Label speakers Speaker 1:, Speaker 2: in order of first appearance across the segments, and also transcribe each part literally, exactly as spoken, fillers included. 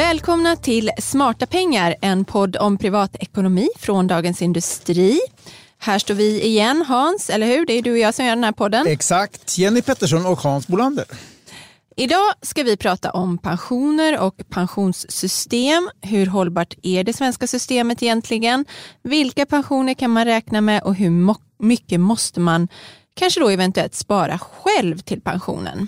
Speaker 1: Välkomna till Smarta pengar, en podd om privatekonomi från Dagens Industri. Här står vi igen, Hans, eller hur? Det är du och jag som gör den här podden.
Speaker 2: Exakt, Jenny Pettersson och Hans Bolander.
Speaker 1: Idag ska vi prata om pensioner och pensionssystem. Hur hållbart är det svenska systemet egentligen? Vilka pensioner kan man räkna med och hur mo- mycket måste man kanske då eventuellt spara själv till pensionen?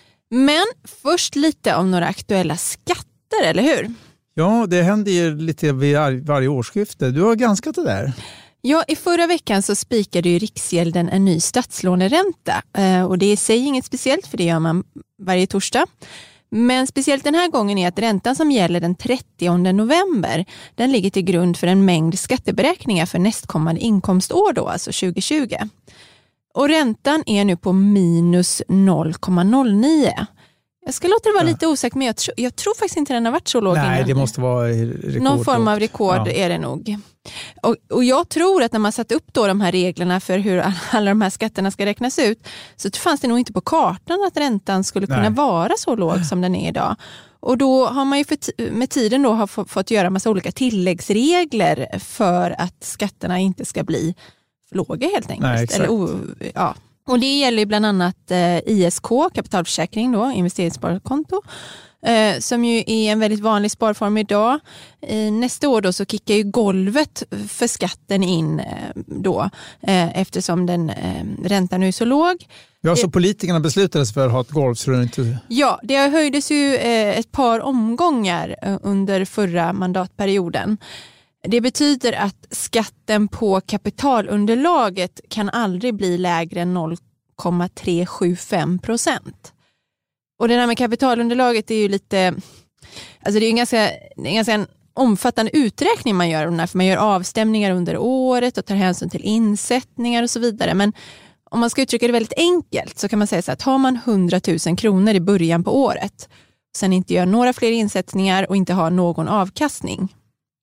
Speaker 1: Men först lite om några aktuella skatter, eller hur?
Speaker 2: Ja, det händer ju lite vid varje årsskifte. Du har granskat det där.
Speaker 1: Ja, i förra veckan så spikade ju Riksgälden en ny statslåneränta. Och det är i sig inget speciellt, för det gör man varje torsdag. Men speciellt den här gången är att räntan som gäller den trettionde november, den ligger till grund för en mängd skatteberäkningar för nästkommande inkomstår då, alltså tjugo tjugo. Och räntan är nu på minus noll komma noll nio. Jag ska låta det vara lite osäkert, men jag, tro, jag tror faktiskt inte den har varit så låg.
Speaker 2: Nej,
Speaker 1: innan.
Speaker 2: Det måste vara rekord.
Speaker 1: Någon form av rekord
Speaker 2: ja.
Speaker 1: är det nog. Och, och jag tror att när man satt upp då de här reglerna för hur alla de här skatterna ska räknas ut, så fanns det nog inte på kartan att räntan skulle kunna Nej. vara så låg som den är idag. Och då har man ju för, med tiden då har få, fått göra massa olika tilläggsregler för att skatterna inte ska bli för låga helt enkelt.
Speaker 2: Nej, exakt.
Speaker 1: Eller, o, ja. Och det gäller ju bland annat eh, I S K, kapitalförsäkring då, investeringssparkonto, eh, som ju är en väldigt vanlig sparform idag. Eh, nästa år då så kickar ju golvet för skatten in eh, då, eh, eftersom den eh, räntan nu är så låg.
Speaker 2: Ja, så politikerna beslutade sig för att ha ett golv så det inte...
Speaker 1: Ja, det höjdes ju eh, ett par omgångar eh, under förra mandatperioden. Det betyder att skatten på kapitalunderlaget kan aldrig bli lägre än noll komma tre sju fem procent. Och det där med kapitalunderlaget är ju lite, alltså det är ju en ganska, en ganska omfattande uträkning man gör, för man gör avstämningar under året och tar hänsyn till insättningar och så vidare. Men om man ska uttrycka det väldigt enkelt så kan man säga så att har man hundratusen kronor i början på året, sen inte gör några fler insättningar och inte har någon avkastning,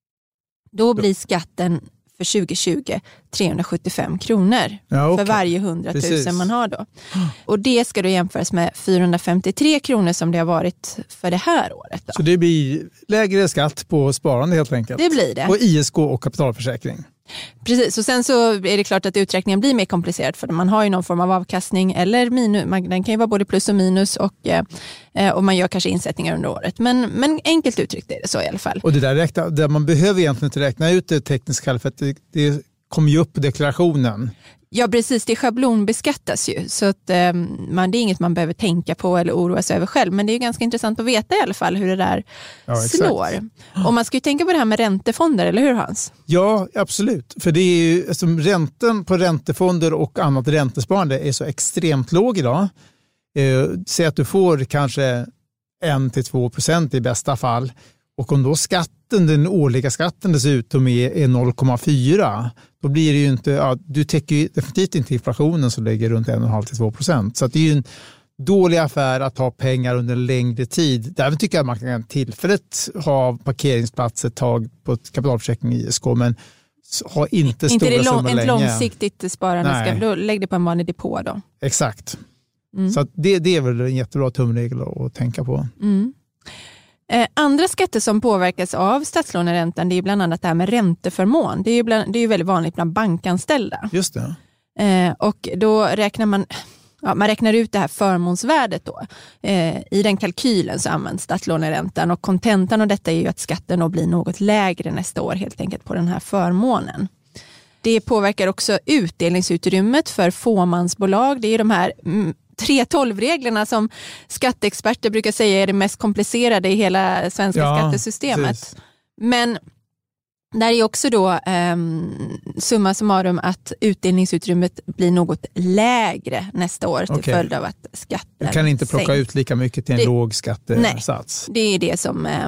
Speaker 1: då blir skatten för tjugo tjugo trehundrasjuttiofem kronor
Speaker 2: ja, okay.
Speaker 1: för varje hundratusen man har då. Och det ska då jämföras med fyrahundrafemtiotre kronor som det har varit för det här året då.
Speaker 2: Så det blir lägre skatt på sparande helt enkelt?
Speaker 1: Det blir det.
Speaker 2: På I S K och kapitalförsäkring?
Speaker 1: Precis, och sen så är det klart att uträkningen blir mer komplicerad, för man har ju någon form av avkastning eller minus, den kan ju vara både plus och minus, och, eh, och man gör kanske insättningar under året. Men, men enkelt uttryckt är det så i alla fall.
Speaker 2: Och det där, räkna, där man behöver egentligen inte räkna ut det tekniskt själv, för att det, det kommer ju upp på deklarationen. Ja,
Speaker 1: precis. Det schablonbeskattas ju. Så att, eh, man, det är inget man behöver tänka på eller oroa sig över själv. Men det är ju ganska intressant att veta i alla fall hur det där ja, slår. Och man ska ju tänka på det här med räntefonder, eller hur Hans?
Speaker 2: Ja, absolut. För det är ju, alltså, räntan på räntefonder och annat räntesparande är så extremt låg idag. Eh, säg att du får kanske en till två procent i bästa fall. Och om då skatten, den årliga skatten dessutom är, är noll komma fyra, då blir det ju inte, ja, du täcker ju definitivt inte inflationen som ligger runt en komma fem till två procent. Så att det är ju en dålig affär att ha pengar under en längre tid. Därför tycker jag att man kan tillfälligt ha parkeringsplatser ett tag på ett kapitalförsäkring i I S K, men ha inte stora
Speaker 1: inte
Speaker 2: summor
Speaker 1: lång,
Speaker 2: länge.
Speaker 1: Inte långsiktigt sparande, ska, då lägg det på en vanlig depå då.
Speaker 2: Exakt.
Speaker 1: Mm.
Speaker 2: Så att det, det är väl en jättebra tumregel att tänka på.
Speaker 1: Mm. Eh, andra skatter som påverkas av statslåneräntan, det är bland annat det här med ränteförmån. Det är ju, bland, det är ju väldigt vanligt bland bankanställda.
Speaker 2: Just det.
Speaker 1: Eh, och då räknar man, ja, man räknar ut det här förmånsvärdet då. Eh, I den kalkylen så används statslåneräntan, och kontentan av detta är ju att skatten då blir något lägre nästa år helt enkelt på den här förmånen. Det påverkar också utdelningsutrymmet för fåmansbolag. Det är ju de här mm, tre tolv-reglerna som skatteexperter brukar säga är det mest komplicerade i hela svenska ja, skattesystemet. Precis. Men där är också då eh, summa summarum att utdelningsutrymmet blir något lägre nästa år till okay. följd av att skatten
Speaker 2: Du kan inte plocka
Speaker 1: sänks.
Speaker 2: ut lika mycket till en det, låg skattesats.
Speaker 1: Nej, det är det som eh,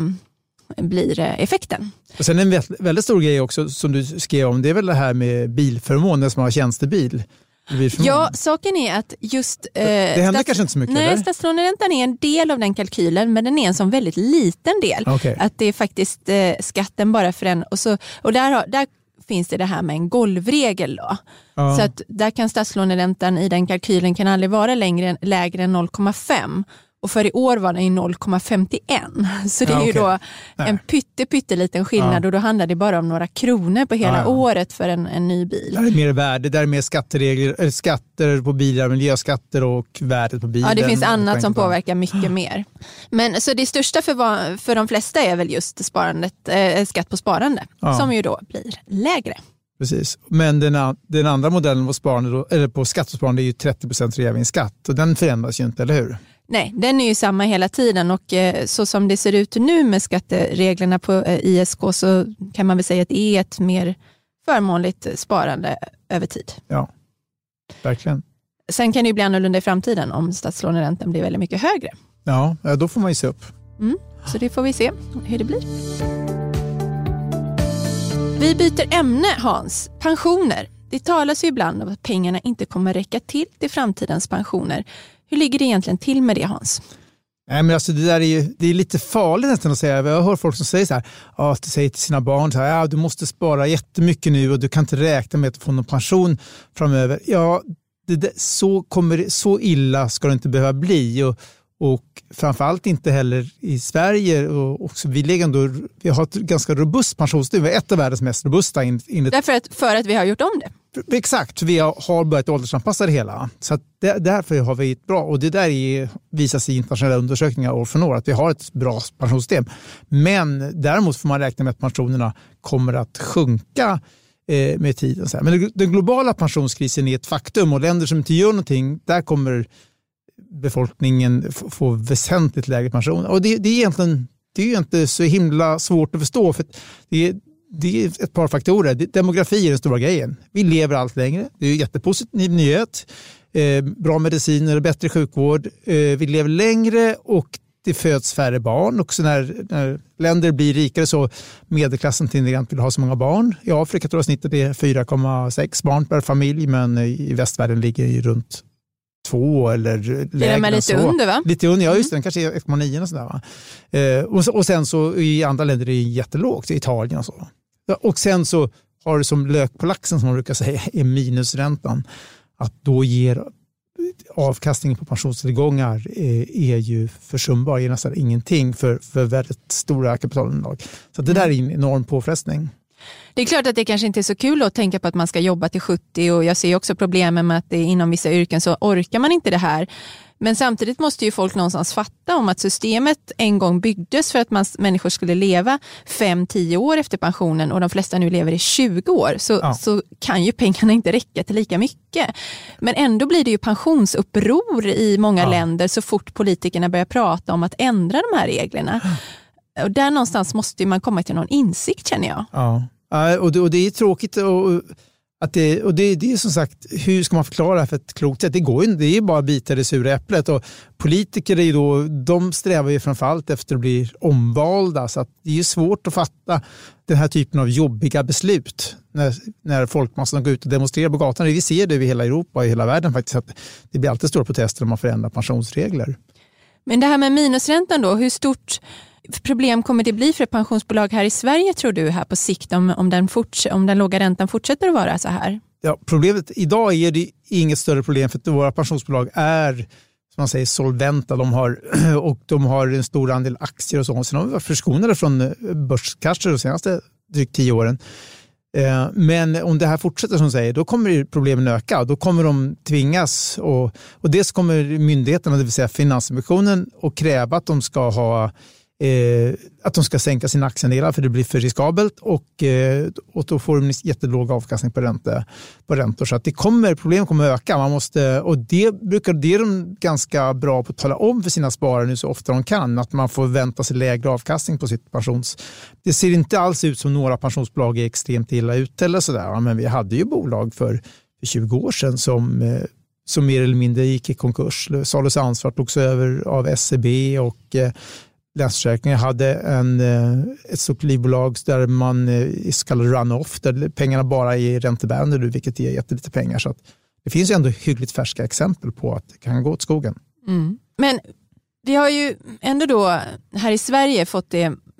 Speaker 1: blir effekten.
Speaker 2: Och sen en väldigt stor grej också som du skrev om, det är väl det här med bilförmån, när man har tjänstebil.
Speaker 1: Ja, saken är att just... Eh,
Speaker 2: det händer
Speaker 1: stats-
Speaker 2: kanske inte så mycket,
Speaker 1: Nej,
Speaker 2: eller?
Speaker 1: statslåneräntan är en del av den kalkylen, men den är en sån väldigt liten del.
Speaker 2: Okay.
Speaker 1: Att det är faktiskt eh, skatten bara för en... Och, så, och där, har, där finns det det här med en golvregel då. Ja. Så att där kan statslåneräntan i den kalkylen kan aldrig vara längre, lägre än noll komma fem. Och för i år var den noll komma femtioen. Så det är ja, ju okay. då Nej. en pytte, pytteliten skillnad ja. och då handlar det bara om några kronor på hela ja, ja. året för en, en ny bil.
Speaker 2: Det är mer värde, det är mer skatteregler, eller skatter på bilar, miljöskatter och värdet på bilen.
Speaker 1: Ja, det finns annat som påverkar mycket mer. Men så det största för, för de flesta är väl just sparandet, äh, skatt på sparande ja. som ju då blir lägre.
Speaker 2: Precis, men den, den andra modellen på, sparande då, eller på skattesparande är ju trettio procent reavinstskatt och den förändras ju inte, eller hur?
Speaker 1: Nej, den är ju samma hela tiden och eh, så som det ser ut nu med skattereglerna på eh, I S K så kan man väl säga att det är ett mer förmånligt sparande över tid.
Speaker 2: Ja, verkligen.
Speaker 1: Sen kan det ju bli annorlunda i framtiden om statslåneräntan blir väldigt mycket högre.
Speaker 2: Ja, då får man ju se upp.
Speaker 1: Mm, så det får vi se hur det blir. Vi byter ämne, Hans. Pensioner. Det talas ju ibland om att pengarna inte kommer räcka till till framtidens pensioner. Hur ligger det egentligen till med det, Hans?
Speaker 2: Nej, men alltså det där är ju det är lite farligt nästan att säga. Jag hör folk som säger så här, ja, att säger till sina barn så här, ja, du måste spara jättemycket nu och du kan inte räkna med att få någon pension framöver. Ja, det, det, så, kommer, så illa ska det inte behöva bli och, och framförallt inte heller i Sverige. Och också, vi, lägger ändå, vi har ett ganska robust pensionssystem, ett av världens mest robusta. In, in ett...
Speaker 1: Därför att, för att vi har gjort om det.
Speaker 2: Exakt, vi har börjat åldersanpassa det hela. Så att det, därför har vi ett bra, och det där är, visas i internationella undersökningar år från år, att vi har ett bra pensionssystem. Men däremot får man räkna med att pensionerna kommer att sjunka eh, med tiden. Så här. Men den globala pensionskrisen är ett faktum och länder som inte gör någonting, där kommer befolkningen f- få väsentligt lägre pensioner. Och det, det är egentligen det är inte så himla svårt att förstå, för det är Det är ett par faktorer. Demografi är den stora grejen. Vi lever allt längre. Det är en jättepositiv nyhet. Eh, bra mediciner, bättre sjukvård. Eh, vi lever längre och det föds färre barn. Och så när, när länder blir rikare så medelklassen tenderar inte att ha så många barn. I Afrika tror jag snittet är fyra komma sex barn per familj, men i västvärlden ligger det runt två eller lägre.
Speaker 1: Det är lite så. under va?
Speaker 2: Lite under, ja just det. Den kanske är ett komma nio och sådär va. Eh, och, och sen så i andra länder är det jättelågt, i Italien och så. Och sen så har det som lök på laxen som man brukar säga är minusräntan. Att då ger avkastningen på pensionstillgångar är, är ju försumbar, är nästan ingenting för, för väldigt stora kapitalunderlag. Så det där är en enorm påfrestning.
Speaker 1: Det är klart att det kanske inte är så kul att tänka på att man ska jobba till sjuttio och jag ser också problemen med att det inom vissa yrken så orkar man inte det här. Men samtidigt måste ju folk någonstans fatta om att systemet en gång byggdes för att man, människor skulle leva fem till tio år efter pensionen och de flesta nu lever i tjugo år. Så, ja. så kan ju pengarna inte räcka till lika mycket. Men ändå blir det ju pensionsuppror i många ja. länder så fort politikerna börjar prata om att ändra de här reglerna. Och där någonstans måste man komma till någon insikt, känner jag.
Speaker 2: Ja, och det, och det är tråkigt och Att det, och det, det är som sagt, hur ska man förklara det här för ett klokt sätt? Det går ju, det är bara bitar det sura äpplet och politiker är ju då, de strävar ju framförallt efter att bli omvalda, så att det är ju svårt att fatta den här typen av jobbiga beslut när, när folkmassorna går ut och demonstrerar på gatan. Vi ser det i hela Europa och i hela världen faktiskt, att det blir alltid stora protester om man förändrar pensionsregler.
Speaker 1: Men det här med minusräntan då, hur stort problem kommer det bli för ett pensionsbolag här i Sverige, tror du, här på sikt, om, om, den, forts- om den låga räntan fortsätter att vara så här?
Speaker 2: Ja, problemet idag är det inget större problem för att våra pensionsbolag är, som man säger, solventa. De har, och de har en stor andel aktier och så. Sen har vi varit förskonade från börskrascher de senaste drygt tio åren. Men om det här fortsätter som säger, då kommer problemen öka. Då kommer de tvingas, och, och dels kommer myndigheterna, det vill säga Finansinspektionen, att kräva att de ska ha Eh, att de ska sänka sina aktieandelar för det blir för riskabelt, och, eh, och då får de jättelåg avkastning på, ränte, på räntor. Så att det kommer, problem kommer att öka. Man måste, och det brukar det är de ganska bra på att tala om för sina sparare nu så ofta de kan, att man får vänta sig lägre avkastning på sitt pensions. Det ser inte alls ut som några pensionsbolag är extremt illa ute eller sådär. Men vi hade ju bolag för, för tjugo år sedan som, eh, som mer eller mindre gick i konkurs. Salus Ansvar togs över av S E B och eh, Länsförsäkringar hade en, ett stort livbolag där man så kallad run-off, där pengarna bara är räntebärande nu, vilket ger jättelite pengar. Så att det finns ju ändå hyggligt färska exempel på att det kan gå åt skogen.
Speaker 1: Mm. Men vi har ju ändå då här i Sverige fått det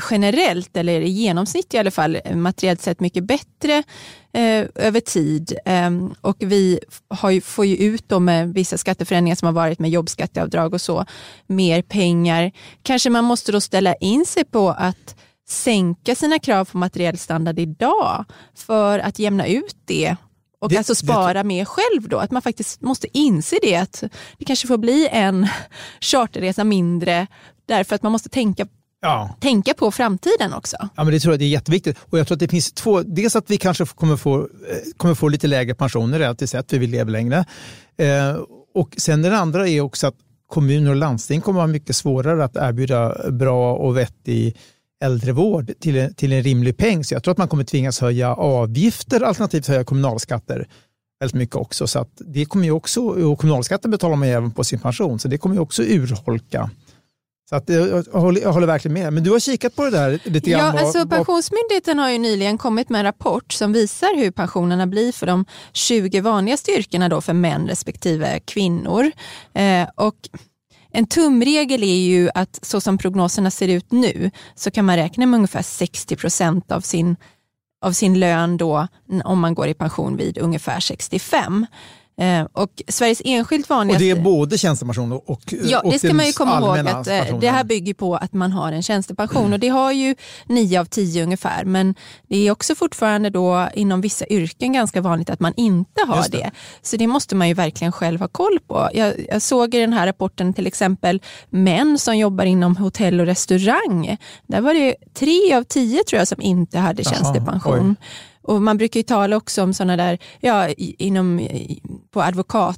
Speaker 1: generellt, eller i genomsnitt i alla fall, materiellt sett mycket bättre eh, över tid. Eh, och vi har ju, får ju ut då med vissa skatteförändringar som har varit med jobbskatteavdrag och så, mer pengar. Kanske man måste då ställa in sig på att sänka sina krav på materiell standard idag för att jämna ut det. Och det, alltså spara det, mer själv då. Att man faktiskt måste inse det. Att det kanske får bli en charterresa mindre. Därför att man måste tänka, ja. tänka på framtiden också.
Speaker 2: Ja, men det tror jag det är jätteviktigt. Och jag tror att det finns två. Dels att vi kanske kommer få, kommer få lite lägre pensioner relativt sett. Vi vill leva längre. Eh, och sen den andra är också att kommuner och landsting kommer att ha mycket svårare att erbjuda bra och vettig äldrevård till, till en rimlig peng. Så jag tror att man kommer tvingas höja avgifter alternativt höja kommunalskatter väldigt mycket också. Så att det kommer ju också, och kommunalskatten betalar man ju även på sin pension, så det kommer ju också urholka. Så att jag, håller, jag håller verkligen med. Men du har kikat på det där lite grann.
Speaker 1: Ja,
Speaker 2: vad,
Speaker 1: alltså
Speaker 2: vad...
Speaker 1: Pensionsmyndigheten har ju nyligen kommit med en rapport som visar hur pensionerna blir för de tjugo vanligaste yrkena då för män respektive kvinnor. Eh, och en tumregel är ju att så som prognoserna ser ut nu så kan man räkna med ungefär sextio procent av sin, av sin lön då om man går i pension vid ungefär sextiofem. Eh, och Sveriges enskilt vanligaste...
Speaker 2: Och det är både tjänstepension och, och
Speaker 1: ja, det ska man ju komma ihåg att pensionen. Det här bygger på att man har en tjänstepension mm. och det har ju nio av tio ungefär, men det är också fortfarande då inom vissa yrken ganska vanligt att man inte har det. det. Så det måste man ju verkligen själv ha koll på. Jag, jag såg i den här rapporten till exempel män som jobbar inom hotell och restaurang. Där var det tre av tio tror jag som inte hade tjänstepension. Aha, och man brukar ju tala också om sådana där, ja, inom, på advokat,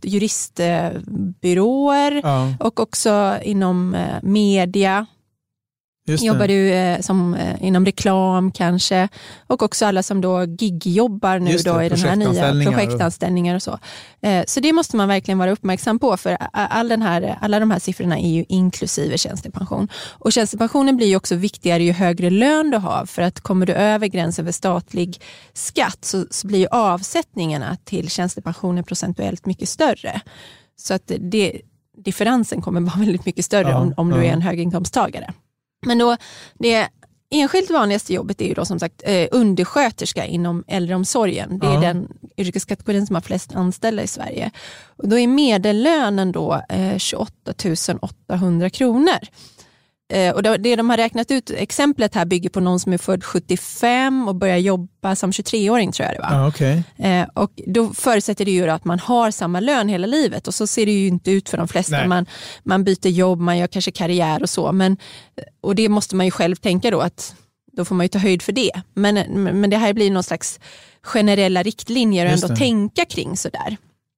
Speaker 1: juristbyråer ja. och också inom media. Jobbar du eh, som, eh, inom reklam kanske, och också alla som då gigjobbar nu då det, i den här nya projektanställningar och så. Eh, så det måste man verkligen vara uppmärksam på, för all den här, alla de här siffrorna är ju inklusive tjänstepension. Och tjänstepensionen blir ju också viktigare ju högre lön du har, för att kommer du över gränsen för statlig skatt så, så blir ju avsättningarna till tjänstepensionen procentuellt mycket större. Så att det, differensen kommer vara väldigt mycket större ja, om, om ja. du är en höginkomsttagare. Men då, det enskilt vanligaste jobbet är ju då som sagt eh, undersköterska inom äldreomsorgen. Det är ja. den yrkeskategorin som har flest anställda i Sverige. Och då är medellönen då eh, tjugoåtta tusen åttahundra kronor. Eh, och det de har räknat ut, exemplet här bygger på någon som är född sjuttiofem och börjar jobba som tjugotre-åring tror jag det var.
Speaker 2: Ja, okay.
Speaker 1: eh, och då förutsätter det ju att man har samma lön hela livet, och så ser det ju inte ut för de flesta. Man, man byter jobb, man gör kanske karriär och så, men, och det måste man ju själv tänka då, att då får man ju ta höjd för det. Men, men det här blir någon slags generella riktlinjer och ändå tänka kring sådär.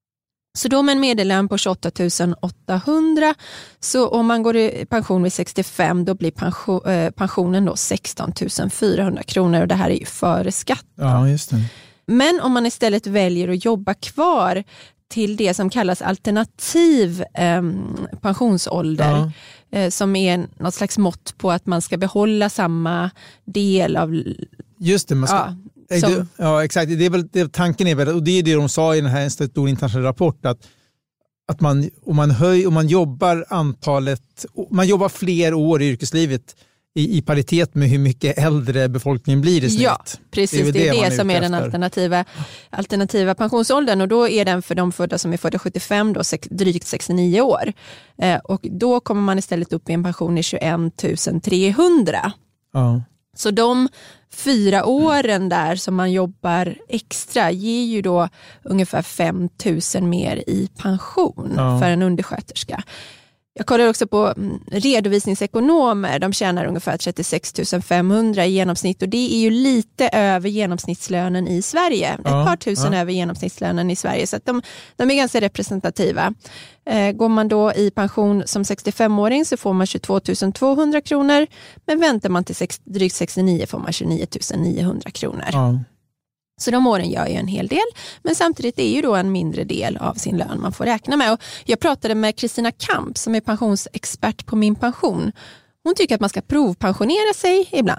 Speaker 1: Så då med en medellön på tjugoåtta tusen åttahundra, så om man går i pension vid sextiofem, då blir pension, eh, pensionen då sexton tusen fyrahundra kronor, och det här är ju före skatt.
Speaker 2: Ja, just det.
Speaker 1: Men om man istället väljer att jobba kvar till det som kallas alternativ eh, pensionsålder, ja. eh, som är något slags mått på att man ska behålla samma del av...
Speaker 2: Just det, man ska...
Speaker 1: Ja,
Speaker 2: Som... Ja, exakt. Det är väl, det, tanken är väl, och det är det de sa i den här stor internationella rapport, att, att man, om man höj, om man jobbar antalet, man jobbar fler år i yrkeslivet i, i paritet med hur mycket äldre befolkningen blir i snitt.
Speaker 1: Ja, precis. Det är det, det är som är den
Speaker 2: efter.
Speaker 1: alternativa, alternativa pensionsåldern, och då är den för de födda som är födda sjuttiofem då sex, drygt sextionio år. Eh, och då kommer man istället upp i en pension i tjugoett tusen trehundra.
Speaker 2: Ja.
Speaker 1: Så de fyra åren där som man jobbar extra ger ju då ungefär fem tusen mer i pension ja. för en undersköterska. Jag kollar också på redovisningsekonomer. De tjänar ungefär trettiosex tusen femhundra i genomsnitt, och det är ju lite över genomsnittslönen i Sverige. Ja, ett par tusen ja. över genomsnittslönen i Sverige, så att de, de är ganska representativa. Eh, går man då i pension som sextiofemåring så får man tjugotvå tusen tvåhundra kronor, men väntar man till sex, drygt sextionio får man tjugonio tusen niohundra kronor. Ja. Så de åren gör ju en hel del, men samtidigt är ju då en mindre del av sin lön man får räkna med. Och jag pratade med Kristina Kamp som är pensionsexpert på Min pension. Hon tycker att man ska provpensionera sig ibland.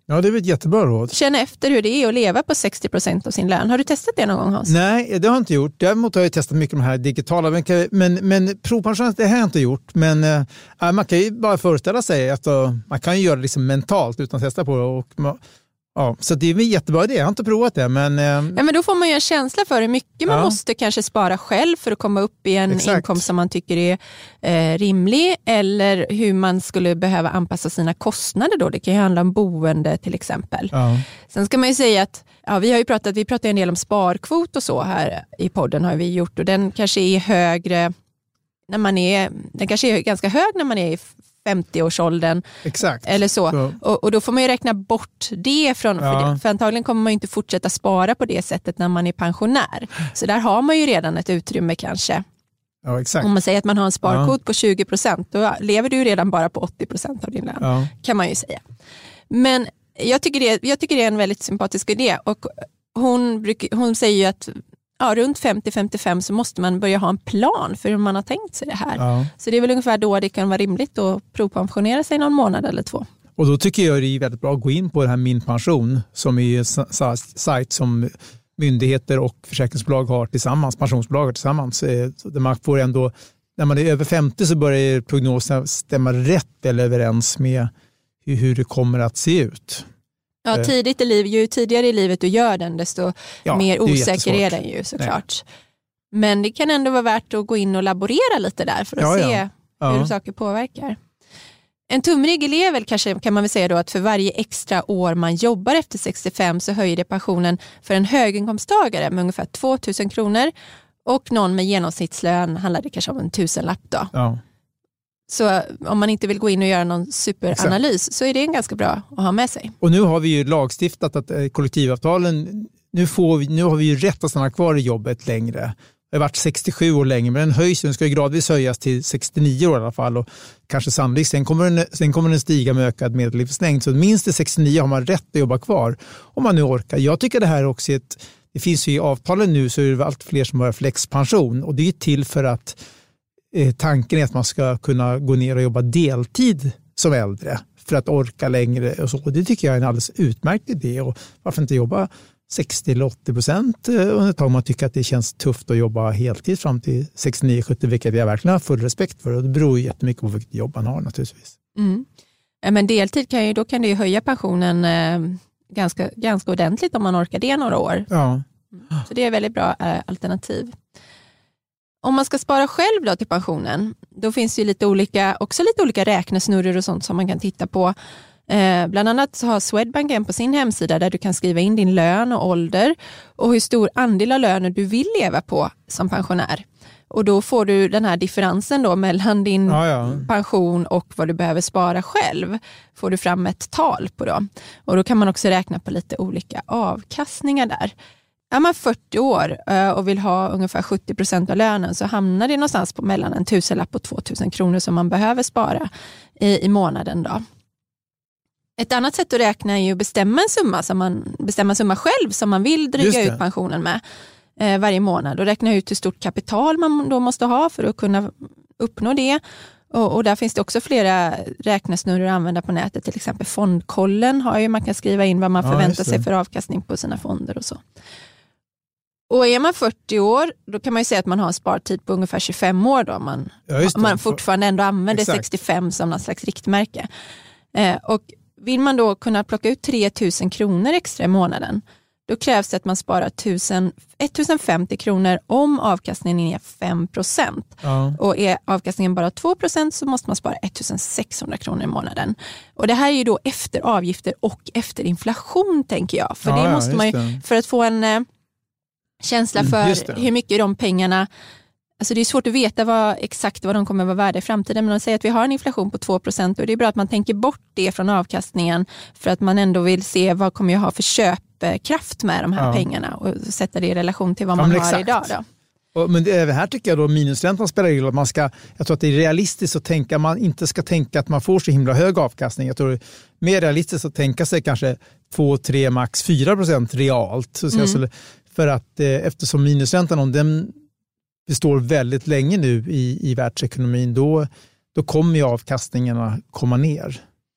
Speaker 2: Ja, det är ett jättebra råd.
Speaker 1: Känna efter hur det är att leva på sextio procent av sin lön. Har du testat det någon gång, Hans?
Speaker 2: Nej, det har jag inte gjort. Däremot har jag testat mycket de här digitala. Men, men, men provpension, det har jag inte gjort. Men äh, man kan ju bara föreställa sig att uh, man kan ju göra det liksom mentalt utan att testa på det. Och, ja, så det är en jättebra idé. Jag har inte provat det. Men, äh,
Speaker 1: ja, men då får man ju en känsla för hur mycket man ja. måste kanske spara själv för att komma upp i en Exakt. inkomst som man tycker är eh, rimlig. Eller hur man skulle behöva anpassa sina kostnader då. Det kan ju handla om boende till exempel. Ja. Sen ska man ju säga att ja, vi har ju pratat, vi pratar en del om sparkvot och så här i podden har vi gjort. Och den kanske är högre när man är, den kanske är ganska hög när man är i femtio-årsåldern.
Speaker 2: Exakt.
Speaker 1: Eller så. så. Och, och då får man ju räkna bort det från, ja. för, det, för antagligen kommer man ju inte fortsätta spara på det sättet när man är pensionär. Så där har man ju redan ett utrymme kanske.
Speaker 2: Ja, exakt.
Speaker 1: Om man säger att man har en sparkvot ja. på tjugo procent, då lever du ju redan bara på åttio procent av din lön. Ja. Kan man ju säga. Men jag tycker det, jag tycker det är en väldigt sympatisk idé. Och hon, brukar, hon säger ju att ja, runt femtio till femtiofem så måste man börja ha en plan för hur man har tänkt sig det här. Ja. Så det är väl ungefär då det kan vara rimligt att provpensionera sig någon månad eller två.
Speaker 2: Och då tycker jag det är väldigt bra att gå in på det här Min pension som är en sajt som myndigheter och försäkringsbolag har tillsammans, pensionsbolag har tillsammans. Så där man får ändå, när man är över femtio så börjar prognoserna stämma rätt eller överens med hur det kommer att se ut.
Speaker 1: Ja, tidigt i livet, ju tidigare i livet du gör den, desto ja, mer osäker är, är den ju såklart. Nej. Men det kan ändå vara värt att gå in och laborera lite där för att ja, se ja. Ja. hur saker påverkar. En tumregel är väl kanske, kan man väl säga då, att för varje extra år man jobbar efter sextiofem så höjer det pensionen för en höginkomsttagare med ungefär tvåtusen kronor och någon med genomsnittslön handlar det kanske om en tusenlapp då. Ja. Så om man inte vill gå in och göra någon superanalys Exakt. så är det en ganska bra att ha med sig.
Speaker 2: Och nu har vi ju lagstiftat att kollektivavtalen, nu, får vi, nu har vi ju rätt att stanna kvar i jobbet längre. Det har varit sextiosju år längre, men den höjs, den ska ju gradvis höjas till sextionio år i alla fall. Och kanske sannolikt, sen kommer den, sen kommer den stiga med ökad medellivslängd. Så minst till sextionio har man rätt att jobba kvar om man nu orkar. Jag tycker det här också är ett, det finns ju i avtalen nu så är det allt fler som har flexpension. Och det är till för att eh, tanken är att man ska kunna gå ner och jobba deltid som äldre för att orka längre. Och så. Och det tycker jag är en alldeles utmärkt idé. Och varför inte jobba sextio till åttio procent under ett tag om man tycker att det känns tufft att jobba heltid fram till sextionio sjuttio, vilket jag verkligen har full respekt för. Och det beror ju jättemycket på vilket jobb man har naturligtvis.
Speaker 1: Mm. Ja, men deltid kan ju, då kan det ju höja pensionen eh, ganska, ganska ordentligt om man orkar det några år.
Speaker 2: Ja.
Speaker 1: Så det är ett väldigt bra eh, alternativ. Om man ska spara själv då till pensionen, då finns det ju lite olika, också lite olika räknesnurror och sånt som man kan titta på. Eh, bland annat så har Swedbank en på sin hemsida där du kan skriva in din lön och ålder och hur stor andel av lönen du vill leva på som pensionär. Och då får du den här differensen då mellan din ja, ja. pension och vad du behöver spara själv. Får du fram ett tal på då. Och då kan man också räkna på lite olika avkastningar där. Är man fyrtio år och vill ha ungefär sjuttio procent av lönen så hamnar det någonstans på mellan en tusenlapp och tvåtusen kronor som man behöver spara i, i månaden då. Ett annat sätt att räkna är ju att bestämma en summa, som man, bestämma en summa själv som man vill dryga ut pensionen med eh, varje månad. Och räkna ut hur stort kapital man då måste ha för att kunna uppnå det. Och, och där finns det också flera räknesnurror att använda på nätet. Till exempel Fondkollen har ju, man kan skriva in vad man ja, förväntar sig för avkastning på sina fonder och så. Och är man fyrtio år, då kan man ju säga att man har en spartid på ungefär tjugofem år då. Man, ja, man fortfarande ändå använder Exakt. sextiofem som någon slags riktmärke. Eh, och vill man då kunna plocka ut tre tusen kronor extra i månaden, då krävs det att man sparar tusen femtio kronor om avkastningen är fem procent. Ja. Och är avkastningen bara två procent så måste man spara sextonhundra kronor i månaden. Och det här är ju då efter avgifter och efter inflation, tänker jag. För, ja, det måste ja, man ju, för att få en eh, känsla för hur mycket de pengarna... Alltså det är svårt att veta vad, exakt vad de kommer att vara värda i framtiden, men de säger att vi har en inflation på två procent och det är bra att man tänker bort det från avkastningen för att man ändå vill se vad kommer jag ha för köpkraft med de här ja. pengarna och sätta det i relation till vad man ja, har exakt. idag då.
Speaker 2: Och, men det, här tycker jag då minusräntan spelar roll. Att man ska, jag tror att det är realistiskt att tänka, man inte ska tänka att man får så himla hög avkastning. Jag tror det är mer realistiskt att tänka sig kanske två, tre, max fyra procent realt. Så mm. alltså, för att eh, eftersom minusräntan om den består väldigt länge nu i, i världsekonomin, då, då kommer ju avkastningarna komma ner.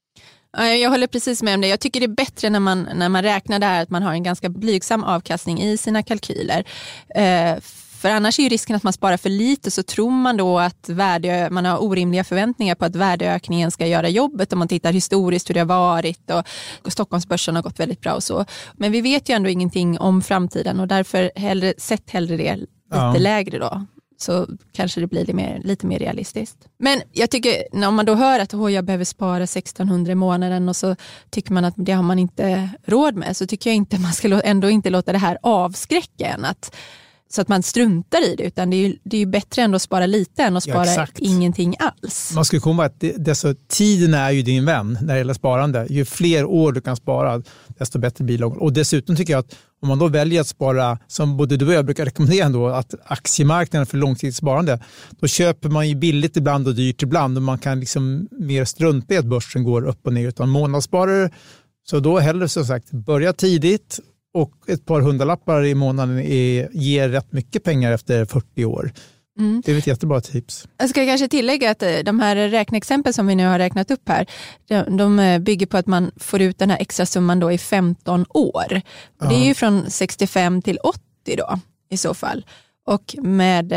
Speaker 1: Jag håller precis med om det. Jag tycker det är bättre när man, när man räknar det här att man har en ganska blygsam avkastning i sina kalkyler. Eh, för annars är ju risken att man sparar för lite, så tror man då att värde, man har orimliga förväntningar på att värdeökningen ska göra jobbet om man tittar historiskt hur det har varit och, och Stockholmsbörsen har gått väldigt bra och så. Men vi vet ju ändå ingenting om framtiden och därför hellre, sett hellre det lite ja. lägre då. Så kanske det blir lite mer, lite mer realistiskt. Men jag tycker, när man då hör att oh, jag behöver spara sexton hundra i månaden och så tycker man att det har man inte råd med, så tycker jag inte man ska ändå inte låta det här avskräcka en att, så att man struntar i det, utan det är ju, det är ju bättre ändå att spara lite än att spara ja, ingenting alls.
Speaker 2: Man ska komma att det, det så, tiden är ju din vän när det gäller sparande. Ju fler år du kan spara, desto bättre blir det. Och dessutom tycker jag att om man då väljer att spara, som både du och jag brukar rekommendera ändå, att aktiemarknaden för långsiktigt sparande, då köper man ju billigt ibland och dyrt ibland och man kan liksom mer strunta i att börsen går upp och ner, utan månadssparare. Så då hellre som sagt börja tidigt, och ett par hundralappar i månaden är, ger rätt mycket pengar efter fyrtio år. Mm. Det är ett jättebra tips.
Speaker 1: Jag ska kanske tillägga att de här räkneexempel som vi nu har räknat upp här, de, de bygger på att man får ut den här extra summan då i femton år. Och det är ju från sextiofem till åttio då i så fall. Och med,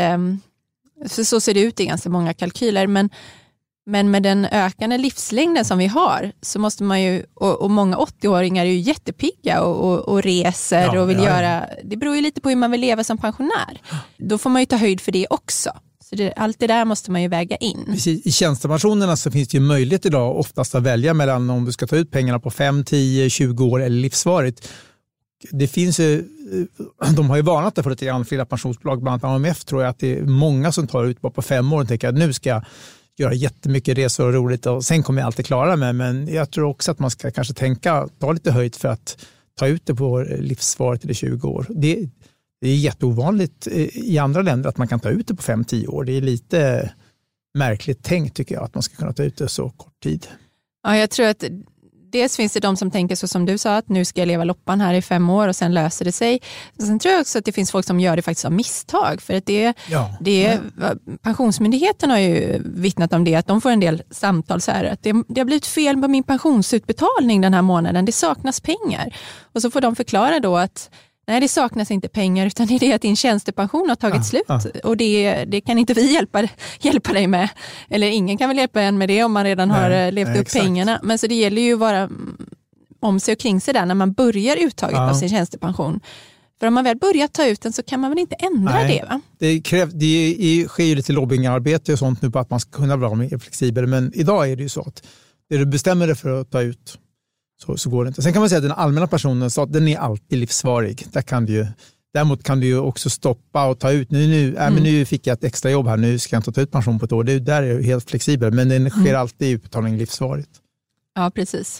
Speaker 1: för så ser det ut i ganska många kalkyler, men Men med den ökande livslängden som vi har så måste man ju, och, och många åttio-åringar är ju jättepigga och, och, och reser ja, och vill ja, göra, ja. Det beror ju lite på hur man vill leva som pensionär. Då får man ju ta höjd för det också. Så det, allt det där måste man ju väga in.
Speaker 2: I tjänstepensionerna så finns det ju möjlighet idag oftast att välja mellan om du ska ta ut pengarna på fem, tio, tjugo år eller livsvarigt. Det finns ju, de har ju varnat för lite grann, flera pensionsbolag, bland annat A M F, tror jag att det är många som tar ut bara på fem år och tänker att nu ska jag göra jättemycket resor och roligt och sen kommer jag alltid klara mig. Men jag tror också att man ska kanske tänka, ta lite höjd för att ta ut det på livsvaret eller tjugo år. Det, det är jätteovanligt i andra länder att man kan ta ut det på fem till tio år. Det är lite märkligt tänkt tycker jag, att man ska kunna ta ut det så kort tid.
Speaker 1: Ja, jag tror att dels finns det de som tänker så som du sa, att nu ska jag leva loppan här i fem år och sen löser det sig. Sen tror jag också att det finns folk som gör det faktiskt av misstag. För att det, ja. det, Pensionsmyndigheten har ju vittnat om det, att de får en del samtal så här, att det, det har blivit fel på min pensionsutbetalning den här månaden, det saknas pengar. Och så får de förklara då att nej, det saknas inte pengar, utan det är det att din tjänstepension har tagit ah, slut. Ah. Och det, det kan inte vi hjälpa, hjälpa dig med. Eller ingen kan väl hjälpa en med det om man redan nej, har levt nej, upp exakt. pengarna. Men så det gäller ju att vara om sig och kring sig där när man börjar uttaget ah. av sin tjänstepension. För om man väl börjar ta ut den så kan man väl inte ändra nej, det va?
Speaker 2: Det, kräv, det är, sker ju lite lobbyingarbete och sånt nu på att man ska kunna vara mer flexibel. Men idag är det ju så att det du bestämmer dig för att ta ut, Så, så går det inte. Sen kan man säga att den allmänna pensionen, så den är alltid livsvarig. Där kan du ju, däremot kan du ju också stoppa och ta ut. Nu, nu, äh, men nu fick jag ett extra jobb här, nu ska jag inte ta ut pension på ett år. Det, där är det helt flexibel, men den sker mm. alltid utbetalning livsvarigt.
Speaker 1: Ja, precis.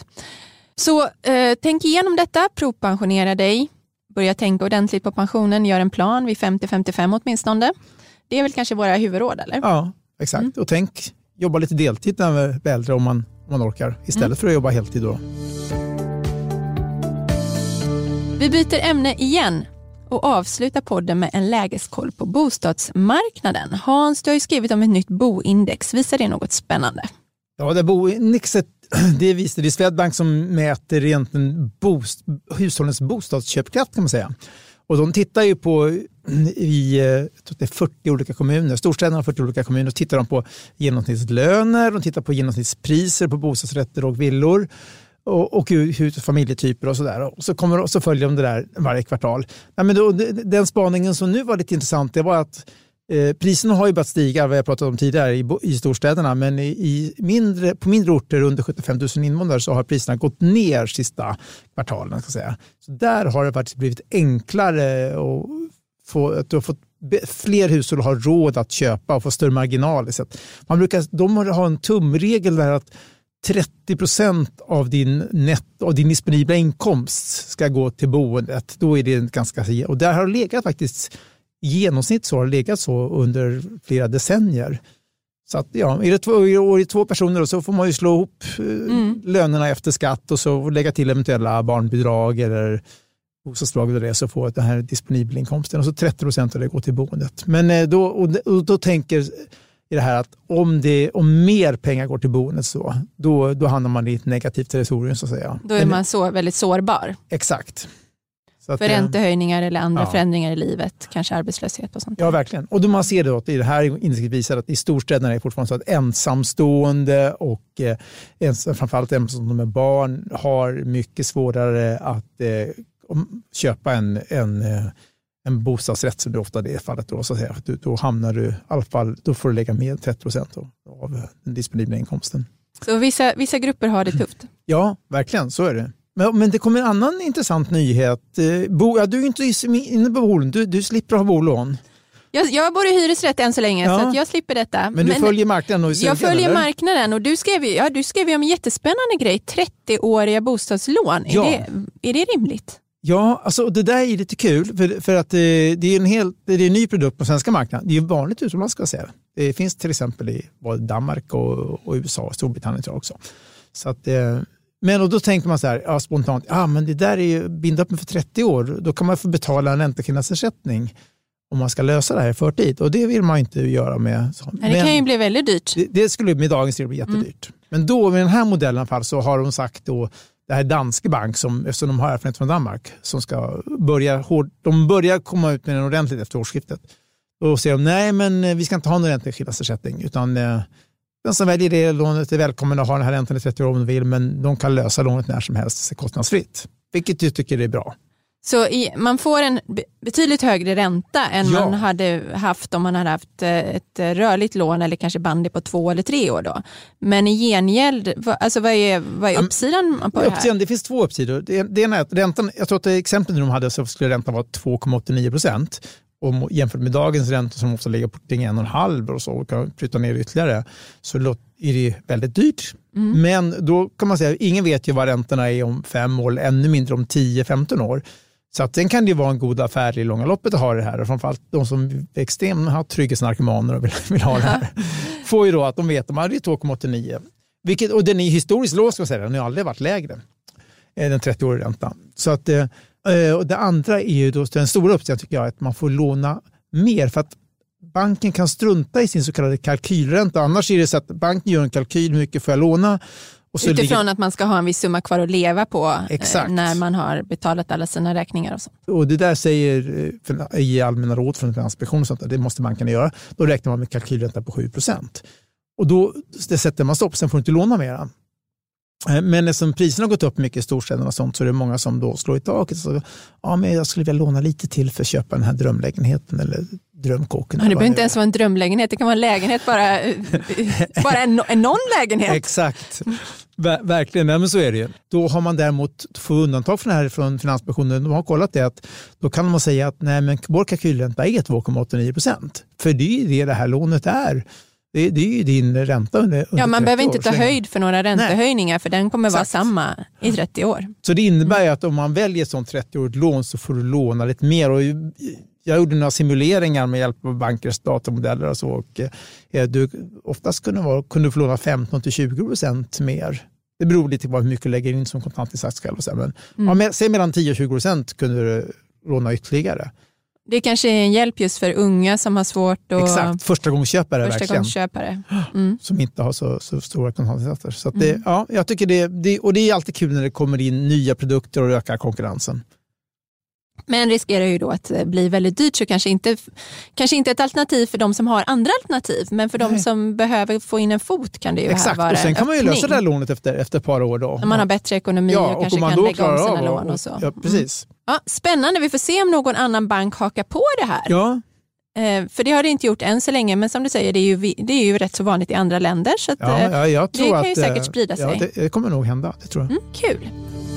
Speaker 1: Så eh, tänk igenom detta, provpensionera dig. Börja tänka ordentligt på pensionen, gör en plan vid femtio till femtiofem åtminstone. Det är väl kanske våra huvudråd, eller?
Speaker 2: Ja, exakt. Mm. Och tänk, jobba lite deltid när man är äldre om man, om man orkar, istället mm. för att jobba heltid då.
Speaker 1: Vi byter ämne igen och avslutar podden med en lägeskoll på bostadsmarknaden. Hans, du har ju skrivit om ett nytt boindex. Visar det något spännande?
Speaker 2: Ja, det boindexet, det visar det är Swedbank som mäter egentligen bost, hushållens bostadsköpkraft kan man säga. Och de tittar ju på i det är fyrtio olika kommuner, storstäderna har fyrtio olika kommuner, och tittar de på genomsnittslöner, de tittar på genomsnittspriser på bostadsrätter och villor. Och, och hur familjetyper och sådär. Och så, kommer, och så följer de det där varje kvartal. Ja, men då, den spaningen som nu var lite intressant, det var att eh, priserna har ju börjat stiga, vad jag pratat om tidigare, i, i storstäderna. Men i, i mindre, på mindre orter under sjuttiofem tusen invånare så har priserna gått ner sista kvartalen. Ska säga. Så där har det faktiskt blivit enklare att få, att du har fått fler hushåll har råd att köpa och få större marginal. Så man brukar, de har en tumregel där att trettio procent av din, net, av din disponibla inkomst ska gå till boendet. Då är det ganska, och där har det legat faktiskt i genomsnitt så har det legat så under flera decennier. Så att ja, är det två, är det två personer och så får man ju slå ihop mm. lönerna efter skatt och så lägga till eventuella barnbidrag eller bostadsbidrag eller det, så får den här disponibla inkomsten och så trettio procent av det går till boendet. Men då, och då tänker i det här att om, det, om mer pengar går till boendet så, då, då hamnar man i ett negativt territorium så att säga.
Speaker 1: Då är Men, man så väldigt sårbar.
Speaker 2: Exakt. Så att,
Speaker 1: för räntehöjningar eller andra ja. förändringar i livet, kanske arbetslöshet och sånt.
Speaker 2: Ja, verkligen. Och då man ser då att i det här indexet visar att i storstäderna är det fortfarande så att ensamstående och eh, ens, framförallt ensamstående med barn har mycket svårare att eh, köpa en, en, en bostadsrätt, som det ofta är det fallet då, så att säga. Då, då hamnar du, i alla fall, då får du lägga med trettio procent av den disponibla inkomsten.
Speaker 1: Så vissa, vissa grupper har det tufft?
Speaker 2: Ja, verkligen, så är det. Men, men det kommer en annan intressant nyhet. Bo, ja, du är inte inne på bolån, du, du slipper ha bolån.
Speaker 1: Jag, jag bor i hyresrätt än så länge ja. så att jag slipper detta.
Speaker 2: Men du men, följer marknaden? Och
Speaker 1: jag följer eller? marknaden och du skrev, ja, du skrev ju om en jättespännande grej, trettioåriga bostadslån. Är, ja. det, är det rimligt?
Speaker 2: Ja, alltså det där är lite kul för, för att det, det, är en helt, det är en ny produkt på svenska marknaden. Det är vanligt utomlands ska jag säga. Det finns till exempel i både Danmark och, och U S A och Storbritannien tror jag också. Så att Men och då tänker man så här, ja, spontant, ja, men det där är ju binda upp med för trettio år. Då kan man få betala en räntekostnadsersättning om man ska lösa det här i förtid. Och det vill man inte göra med. Så.
Speaker 1: Nej, det kan ju bli väldigt dyrt.
Speaker 2: Det, det skulle med dagens regler bli jättedyrt. Mm. Men då med den här modellen i alla fall så har de sagt då, det här Danske Bank, som, eftersom de har erfarenhet från Danmark, som ska börja hård, de börjar komma ut med den ordentligt efter årsskiftet. Då säger de, nej men vi ska inte ha någon räntekostnadsersättning utan eh, den som väljer det lånet är välkommen att ha den här räntan i trettio år om de vill, men de kan lösa lånet när som helst kostnadsfritt. Vilket jag tycker är bra. Så
Speaker 1: i, man får en betydligt högre ränta än ja. man hade haft om man hade haft ett rörligt lån eller kanske bandy på två eller tre år då. Men i gengäld, alltså vad är, vad är uppsidan på det här?
Speaker 2: Uppsidan, det finns två uppsidor. Det, det ena är att räntan, jag tror att det exemplet de hade så skulle räntan vara två komma åttionio procent. Och jämfört med dagens ränta som ofta ligger på en och en halv och så och kan flytta ner ytterligare så är det väldigt dyrt. Mm. Men då kan man säga att ingen vet ju vad räntorna är om fem år eller ännu mindre om tio femton år. Så att den kan det ju vara en god affär i långa loppet att ha det här. Och framförallt de som är extremt har trygghetsnarkomaner och vill, vill ha det här får ju då att de vet att de hade två komma åttionio. Vilket, och den är historiskt låg ska jag säga, den har aldrig varit lägre än den trettio-åriga räntan. Så att och det andra är ju då den stora uppsidan tycker jag att man får låna mer för att banken kan strunta i sin så kallade kalkylränta. Annars är det så att banken gör en kalkyl hur mycket får jag låna. Och så
Speaker 1: utifrån
Speaker 2: ligger...
Speaker 1: att man ska ha en viss summa kvar att leva på.
Speaker 2: Exakt.
Speaker 1: När man har betalat alla sina räkningar och sånt.
Speaker 2: Och det där säger i allmänna råd från Finansinspektionen och sånt, det måste banken göra. Då räknar man med kalkylränta på sju procent. Och då det sätter man stopp, sen får du inte låna mera. Men eftersom priserna har gått upp mycket i storstäderna och sånt så är det många som då slår i taket. Så, ja, men jag skulle vilja låna lite till för att köpa den här drömlägenheten eller drömkåken.
Speaker 1: Ja, det behöver inte ens vara en drömlägenhet. Det kan vara en lägenhet, bara, bara en, en någon lägenhet.
Speaker 2: Exakt. Ver, verkligen, ja, men så är det ju. Då har man däremot få undantag från det här från Finansinspektionen. De har kollat det att då kan man säga att nej, men vår kalkylränta är två komma åttionio procent. För det är det det här lånet är. Det, det är ju din ränta under, under
Speaker 1: ja, man behöver inte ta
Speaker 2: år.
Speaker 1: höjd för några räntehöjningar. Nej. För den kommer Exakt. vara samma i trettio år. Så det
Speaker 2: innebär mm. att om man väljer ett sånt trettio-årigt lån så får du låna lite mer. Och jag gjorde några simuleringar med hjälp av bankers datamodeller och så. Och, eh, du, oftast kunde, vara, kunde du få låna femton till tjugo procent mer. Det beror lite på hur mycket du lägger in som kontantinsats själv. Och så, men mm. ja, med, säg mellan tio och tjugo procent kunde du låna ytterligare.
Speaker 1: Det kanske är en hjälp just för unga som har svårt att...
Speaker 2: Exakt, första gångsköpare
Speaker 1: första
Speaker 2: verkligen.
Speaker 1: Gångsköpare. Mm.
Speaker 2: Som inte har så, så stora kontantinsatser. Så att det, mm. ja, jag tycker det, det, och det är alltid kul när det kommer in nya produkter och ökar konkurrensen.
Speaker 1: Men riskerar ju då att bli väldigt dyrt så kanske inte, kanske inte ett alternativ för de som har andra alternativ. Men för Nej. de som behöver få in en fot kan det ju
Speaker 2: Exakt.
Speaker 1: här vara
Speaker 2: och sen kan
Speaker 1: öppning.
Speaker 2: Man ju lösa det här lånet efter, efter ett par år då.
Speaker 1: När man har bättre ekonomi ja, och kanske och kan lägga om sina lån och, och så.
Speaker 2: Ja, precis.
Speaker 1: Mm. Ja, spännande, vi får se om någon annan bank hakar på det här.
Speaker 2: Ja.
Speaker 1: Eh, för det har det inte gjort än så länge, men som du säger, det är ju, det är ju rätt så vanligt i andra länder. Så att,
Speaker 2: ja, ja, jag tror
Speaker 1: det kan
Speaker 2: att,
Speaker 1: ju säkert sprida sig.
Speaker 2: Ja, det, det kommer nog hända, det tror jag.
Speaker 1: Mm, kul.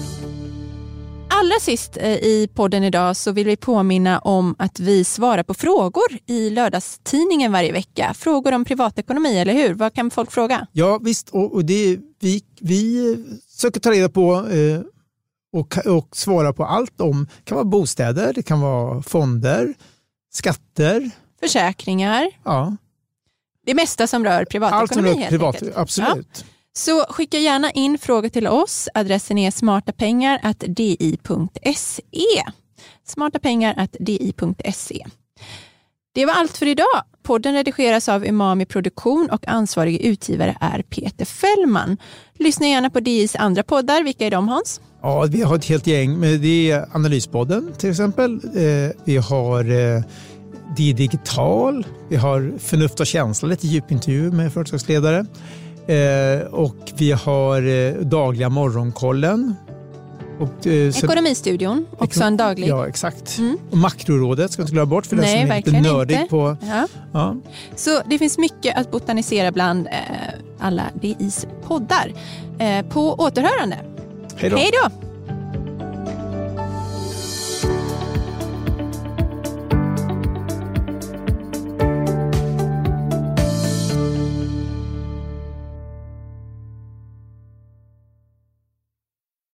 Speaker 1: Allra sist eh, i podden idag så vill vi påminna om att vi svarar på frågor i lördagstidningen varje vecka. Frågor om privatekonomi, eller hur? Vad kan folk fråga?
Speaker 2: Ja, visst. Och, och det, vi, vi söker ta reda på... Eh, Och, och svara på allt om, det kan vara bostäder, det kan vara fonder, skatter.
Speaker 1: Försäkringar.
Speaker 2: Ja.
Speaker 1: Det mesta som rör privatekonomi.
Speaker 2: Allt som rör
Speaker 1: helt
Speaker 2: privat,
Speaker 1: enkelt.
Speaker 2: absolut.
Speaker 1: Ja. Så skicka gärna in frågor till oss. Adressen är smartapengar at di punkt se. smartapengar at di punkt se. Det var allt för idag. Podden redigeras av Umami Produktion och ansvarig utgivare är Peter Fällman. Lyssna gärna på D I:s andra poddar. Vilka är de, Hans?
Speaker 2: Ja, vi har ett helt gäng. Men det är Analyspodden till exempel. Eh, vi har eh, D I Digital. Vi har Förnuft och känsla, lite djupintervju med företagsledare. Eh, och vi har eh, dagliga morgonkollen. Och, eh, så,
Speaker 1: Ekonomistudion, också en daglig.
Speaker 2: Ja, exakt. Mm. Och Makrorådet ska vi inte glömma bort för den
Speaker 1: Nej,
Speaker 2: som är lite nördig
Speaker 1: inte.
Speaker 2: på.
Speaker 1: Ja.
Speaker 2: Ja.
Speaker 1: Så det finns mycket att botanisera bland eh, alla D I:s poddar. Eh, på återhörande.
Speaker 2: Hej då.
Speaker 1: Hej då!